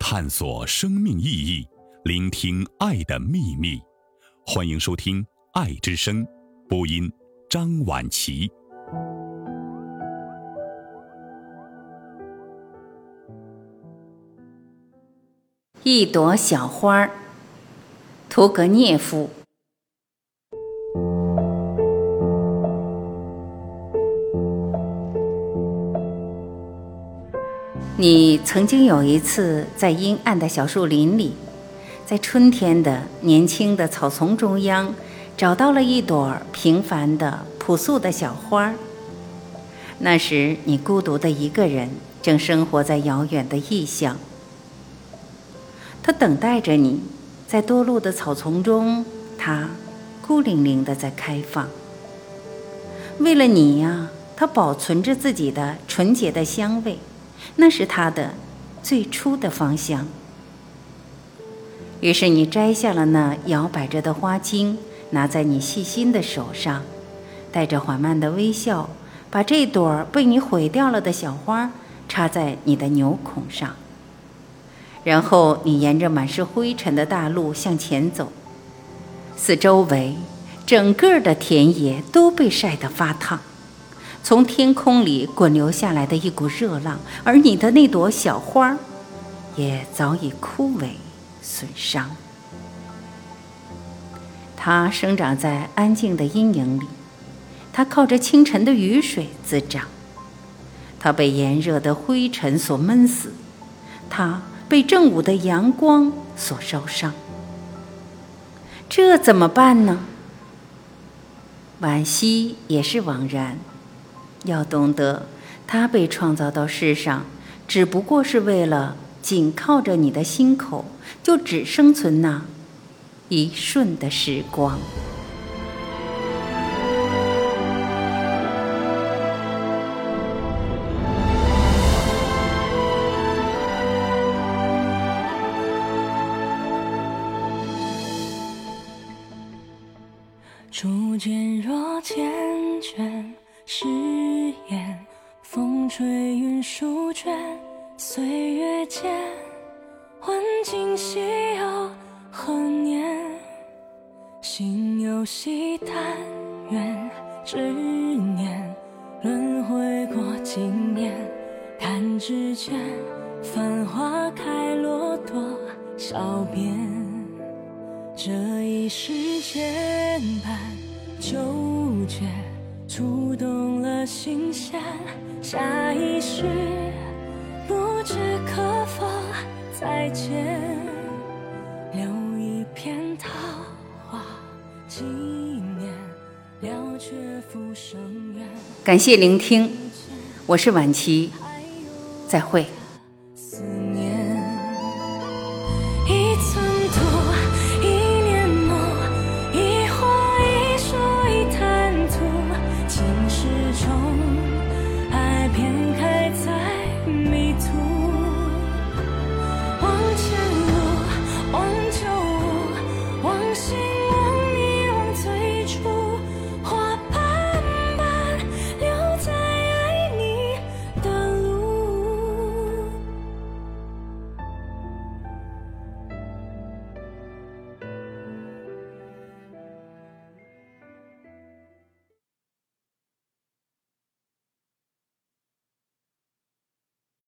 探索生命意义，聆听爱的秘密。欢迎收听《爱之声》，播音张婉琪。 一朵小花，屠格涅夫。你曾经有一次在阴暗的小树林里，在春天的年轻的草丛中央，找到了一朵平凡的朴素的小花。那时你孤独的一个人，正生活在遥远的异乡。它等待着你，在多路的草丛中，它孤零零地在开放。为了你呀，它保存着自己的纯洁的香味，那是它的最初的芳香。于是你摘下了那摇摆着的花茎，拿在你细心的手上，带着缓慢的微笑，把这朵被你毁掉了的小花插在你的纽孔上。然后你沿着满是灰尘的大路向前走，四周围整个的田野都被晒得发烫，从天空里滚流下来的一股热浪，而你的那朵小花也早已枯萎损伤。它生长在安静的阴影里，它靠着清晨的雨水滋长，它被炎热的灰尘所闷死，它被正午的阳光所烧伤。这怎么办呢？惋惜也是枉然。要懂得，它被创造到世上，只不过是为了紧靠着你的心口，就只生存那一瞬的时光。 初见若缱绻，誓言风吹云舒卷，岁月间问今夕又何年？心有惜但愿执念，轮回过经年，弹指间繁花开落多少遍？这一世间般纠结，触动了心弦，下一世不知可否再见，留一片桃花纪念，了却浮生缘。 感谢聆听，我是婉琪，再会。